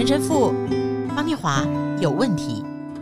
陈神父方念华有问题。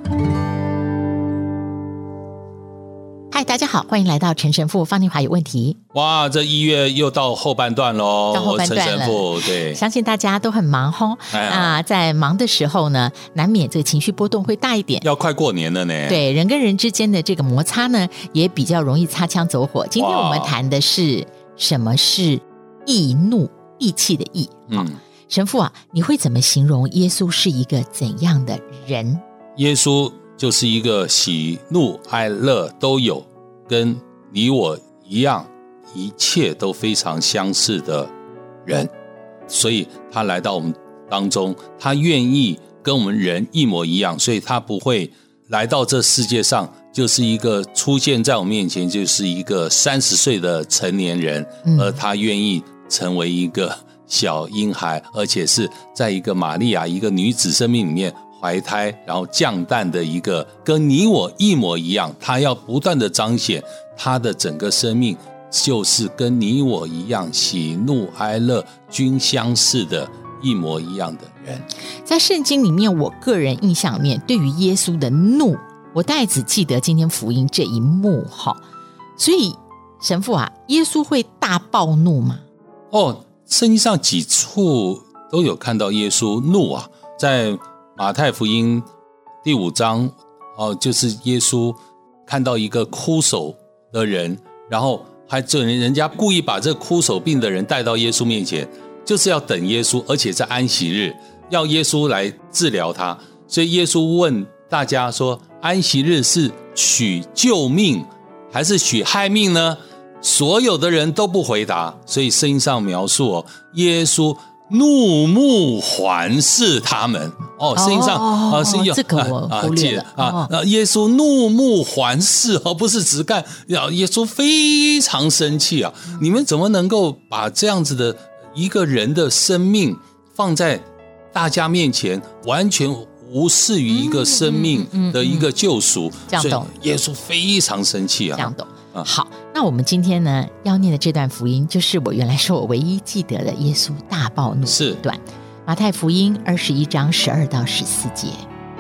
嗨，大家好，欢迎来到陈神父方念华有问题。 哇，这1月又到后半段咯， 到后半段了， 陈神父，对， 相信大家都很忙吼。在忙的时候呢，难免这个情绪波动会大一点。 要快过年了呢。 对，人跟人之间的这个摩擦呢，也比较容易擦枪走火。今天我们谈的是什么是易怒，义气的义。神父啊，你会怎么形容耶稣是一个怎样的人？ 耶稣就是一个喜怒哀乐都有，跟你我一样，一切都非常相似的人。所以他来到我们当中，他愿意跟我们人一模一样，所以他不会来到这世界上就是一个出现在我面前就是一个30岁的成年人，而他愿意成为一个小婴孩，而且是在一个玛利亚一个女子生命里面怀胎然后降诞的一个跟你我一模一样，他要不断的彰显他的整个生命就是跟你我一样喜怒哀乐均相似的一模一样的人。 在圣经里面，我个人印象里面对于耶稣的怒，我大概只记得今天福音这一幕。所以神父啊，耶稣会大暴怒吗？ 圣经上几处都有看到耶稣怒啊，在马太福音第5章就是耶稣看到一个枯手的人，然后还人家故意把这枯手病的人带到耶稣面前，就是要等耶稣，而且在安息日要耶稣来治疗他。所以耶稣问大家说，安息日是取救命还是取害命呢？所有的人都不回答，所以圣经上描述耶稣怒目环视他们。圣经上这个我忽略了耶稣怒目环视，不是只看，耶稣非常生气啊！你们怎么能够把这样子的一个人的生命放在大家面前，完全无视于一个生命的一个救赎？ 这样懂？ 耶稣非常生气啊！ 这样懂。好，那我们今天呢要念的这段福音，就是我原来说我唯一记得的耶稣大暴怒这段，马太福音21章12到14节。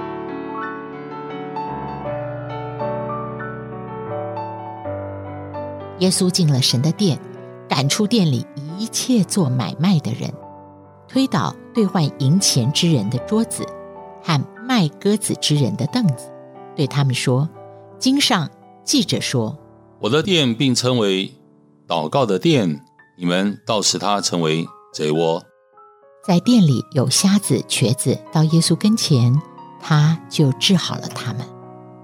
耶稣进了神的殿，赶出店里一切做买卖的人，推倒兑换银钱之人的桌子和卖鸽子之人的凳子，对他们说，经上记着说， 我的殿并称为祷告的殿，你们倒使它成为贼窝。 在店里有瞎子瘸子到耶稣跟前，他就治好了他们。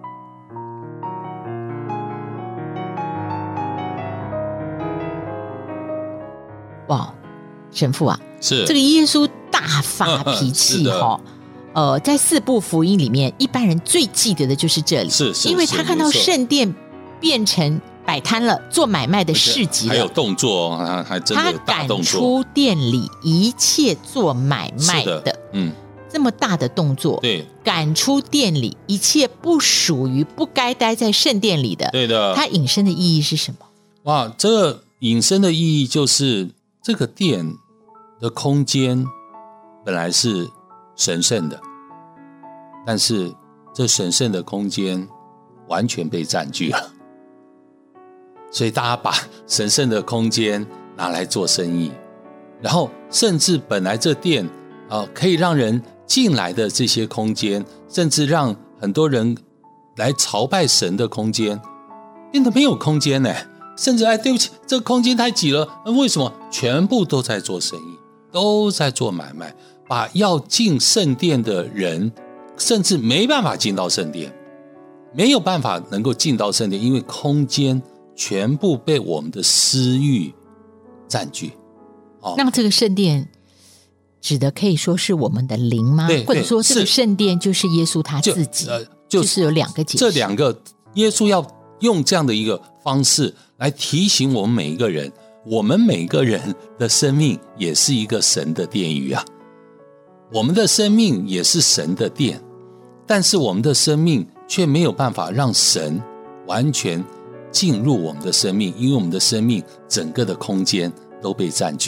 哇，神父啊， 是这个耶稣大发脾气在4部福音里面，一般人最记得的就是这里， 是因为他看到圣殿变成摆摊了，做买卖的市集了， 还有动作还真的有大动作。 他赶出店里一切做买卖的，这么大的动作， 对， 赶出店里一切不属于不该待在圣殿里的， 对的。 它引申的意义是什么？ 哇，这个引申的意义就是这个殿的空间本来是神圣的，但是这神圣的空间完全被占据了，所以大家把神圣的空间拿来做生意，然后甚至本来这店可以让人进来的这些空间，甚至让很多人来朝拜神的空间变得没有空间呢，甚至对不起，这个空间太挤了，为什么？全部都在做生意，都在做买卖，把要进圣殿的人甚至没办法进到圣殿，没有办法能够进到圣殿，因为空间全部被我们的私欲占据。 那这个圣殿指的可以说是我们的灵吗？或者说这个圣殿就是耶稣他自己？就是有2个解释。 这2个耶稣要用这样的一个方式来提醒我们每一个人，我们每个人的生命也是一个神的殿宇啊，我们的生命也是神的殿，但是我们的生命却没有办法让神完全进入我们的生命，因为我们的生命整个的空间都被占据。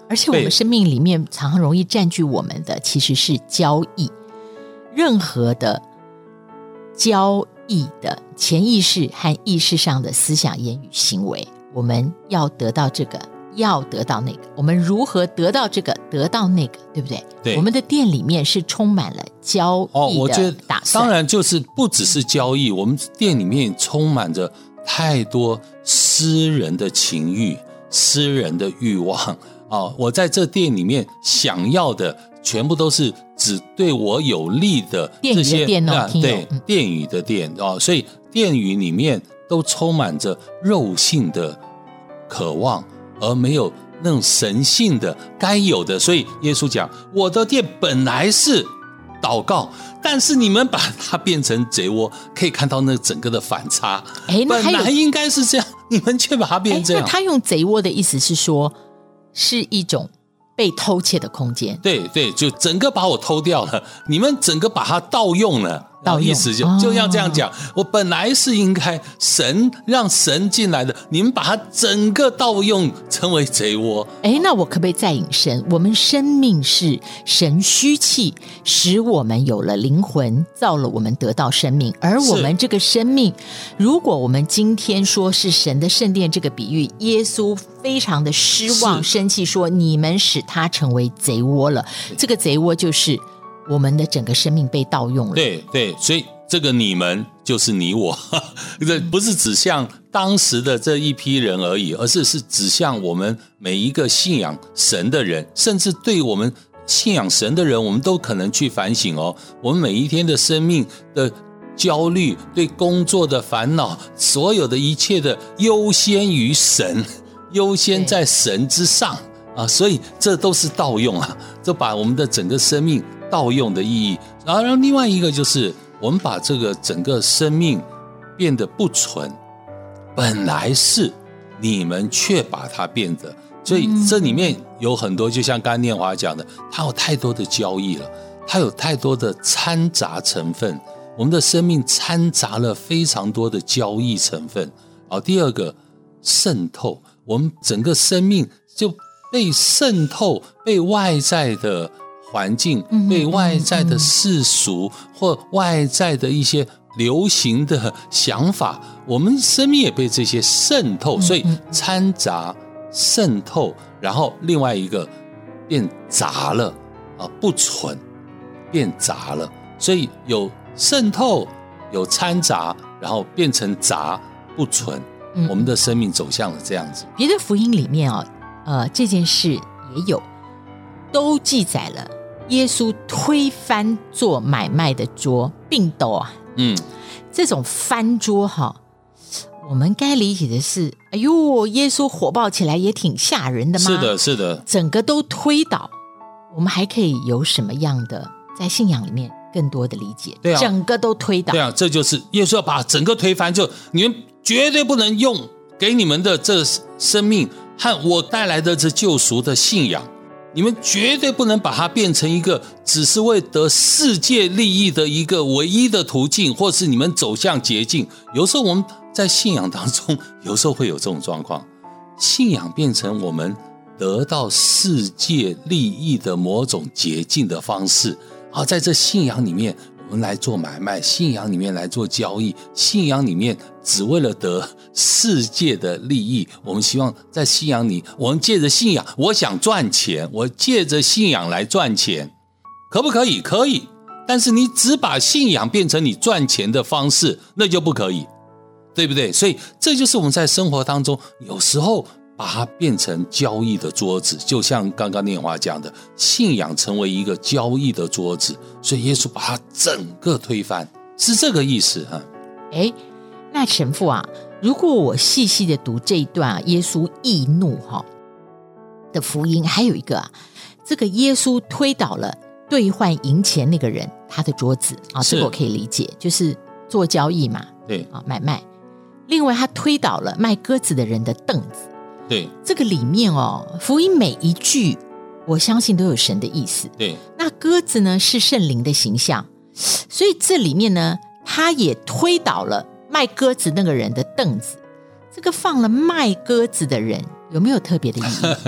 而且我们生命里面常常容易占据我们的其实是交易，任何的交易的潜意识和意识上的思想、言语、行为，我们要得到这个，要得到那个，我们如何得到这个，得到那个，对不对？ 对， 我们的店里面是充满了交易的打算。 当然就是不只是交易，我们店里面充满着太多私人的情欲、私人的欲望。我在这店里面想要的全部都是只对我有利的这些店对，店宇的店所以店宇里面都充满着肉性的渴望，而没有那种神性的该有的。所以耶稣讲，我的店本来是祷告，但是你们把它变成贼窝，可以看到那整个的反差。本来应该是这样，你们却把它变成这样。 那他用贼窝的意思是说，是一种被偷窃的空间。 对对，就整个把我偷掉了，你们整个把它盗用了。意思就要这样讲，我本来是应该神让神进来的，你们把它整个盗用成为贼窝。 那我可不可以再引申？我们生命是神虚气，使我们有了灵魂，造了我们得到生命。而我们这个生命，如果我们今天说是神的圣殿这个比喻，耶稣非常的失望生气说，你们使它成为贼窝了。这个贼窝就是我们的整个生命被盗用了。 对对，所以这个你们就是你我，这不是指向当时的这一批人而已，而是指向我们每一个信仰神的人，甚至对我们信仰神的人，我们都可能去反省我们每一天的生命的焦虑，对工作的烦恼，所有的一切的优先于神，优先在神之上所以这都是盗用这把我们的整个生命盗用的意义。然后另外一个就是我们把这个整个生命变得不纯，本来是你们却把它变得，所以这里面有很多，就像刚才念华讲的，它有太多的交易了，它有太多的掺杂成分，我们的生命掺杂了非常多的交易成分。第二个渗透，我们整个生命就被渗透，被外在的环境，被外在的世俗或外在的一些流行的想法，我们生命也被这些渗透，所以掺杂渗透，然后另外一个变杂了不纯，变杂了，所以有渗透，有掺杂，然后变成杂不纯，我们的生命走向了这样子。 别的福音里面这件事也有，都记载了耶稣推翻做买卖的桌，并斗这种翻桌我们该理解的是，哎呦，耶稣火爆起来也挺吓人的嘛。 是的，是的， 整个都推倒。我们还可以有什么样的在信仰里面更多的理解？ 对整个都推倒。 对这就是耶稣要把整个推翻，就你们绝对不能用给你们的这生命和我带来的这救赎的信仰，你们绝对不能把它变成一个只是为得世界利益的一个唯一的途径，或是你们走向捷径。有时候我们在信仰当中，有时候会有这种状况，信仰变成我们得到世界利益的某种捷径的方式。在这信仰里面，我们来做买卖，信仰里面来做交易，信仰里面只为了得世界的利益。我们希望在信仰里，我们借着信仰，我想赚钱，我借着信仰来赚钱，可不可以？可以，但是你只把信仰变成你赚钱的方式，那就不可以，对不对？所以这就是我们在生活当中有时候把它变成交易的桌子，就像刚刚念华讲的，信仰成为一个交易的桌子，所以耶稣把它整个推翻，是这个意思那神父如果我细细的读这一段耶稣易怒的福音，还有一个这个耶稣推倒了兑换银钱那个人他的桌子这个我可以理解，就是做交易嘛， 对买卖。另外他推倒了卖鸽子的人的凳子， 对， 这个里面福音每一句我相信都有神的意思。 对， 那鸽子呢是圣灵的形象，所以这里面呢他也推倒了卖鸽子那个人的凳子。这个放了卖鸽子的人有没有特别的意义？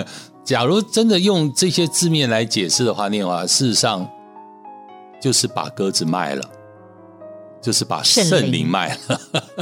假如真的用这些字面来解释的话，念华事实上就是把鸽子卖了，就是把圣灵卖了。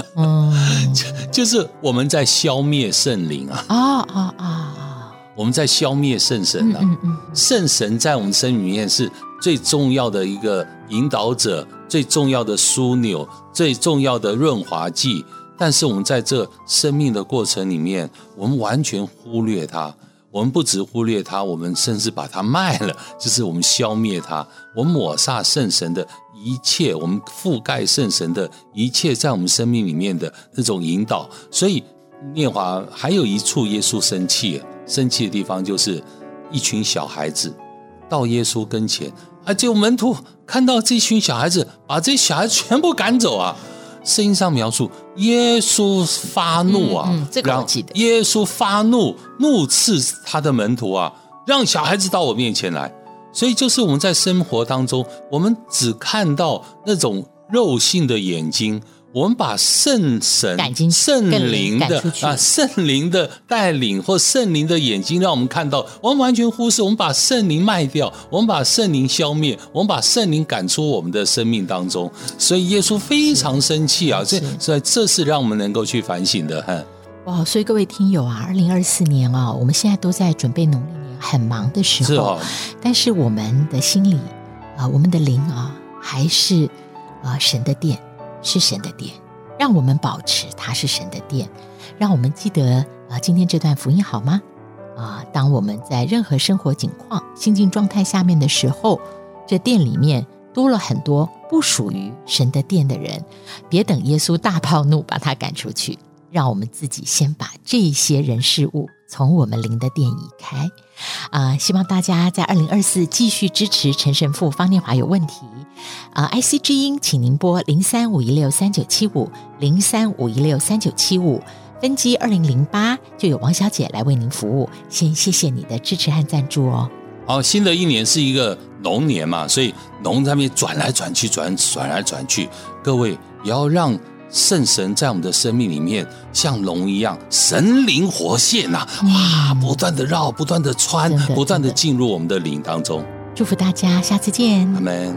就是我们在消灭圣灵啊！我们在消灭圣神啊！圣神在我们生命里面是最重要的一个引导者，最重要的枢纽，最重要的润滑剂。但是我们在这生命的过程里面，我们完全忽略它。我们不只忽略它，我们甚至把它卖了，就是我们消灭它，我们抹煞圣神的一切，我们覆盖圣神的一切在我们生命里面的那种引导。所以念华还有一处耶稣生气的地方，就是一群小孩子到耶稣跟前，结果门徒看到这群小孩子，把这些小孩子全部赶走啊。圣经上描述耶稣发怒啊， 这个我记得。 耶稣发怒，怒斥他的门徒啊，让小孩子到我面前来。所以就是我们在生活当中，我们只看到那种肉性的眼睛，我们把圣神、圣灵的带领或圣灵的眼睛让我们看到，我们完全忽视，我们把圣灵卖掉，我们把圣灵消灭，我们把圣灵赶出我们的生命当中。所以耶稣非常生气啊！所以这是让我们能够去反省的。 哇！所以各位听友啊，2024年啊，我们现在都在准备农历年，很忙的时候，但是我们的心里我们的灵啊，还是神的殿。是神的殿，让我们保持它是神的殿，让我们记得今天这段福音好吗？当我们在任何生活境况、心境状态下面的时候，这殿里面多了很多不属于神的殿的人，别等耶稣大暴怒把他赶出去，让我们自己先把这些人事物从我们灵的殿移开。希望大家在2024继续支持陈神父方念华有问题。IC 之音，请您拨03-516-3975 03-516-3975，分机2008就有王小姐来为您服务。先谢谢你的支持和赞助哦。 好，新的一年是一个龙年嘛，所以龙在那边转来转去，转来转去，各位也要让圣神在我们的生命里面像龙一样神灵活现啊！不断的绕，不断的穿，不断的进入我们的灵当中。 祝福大家，下次见。 阿们。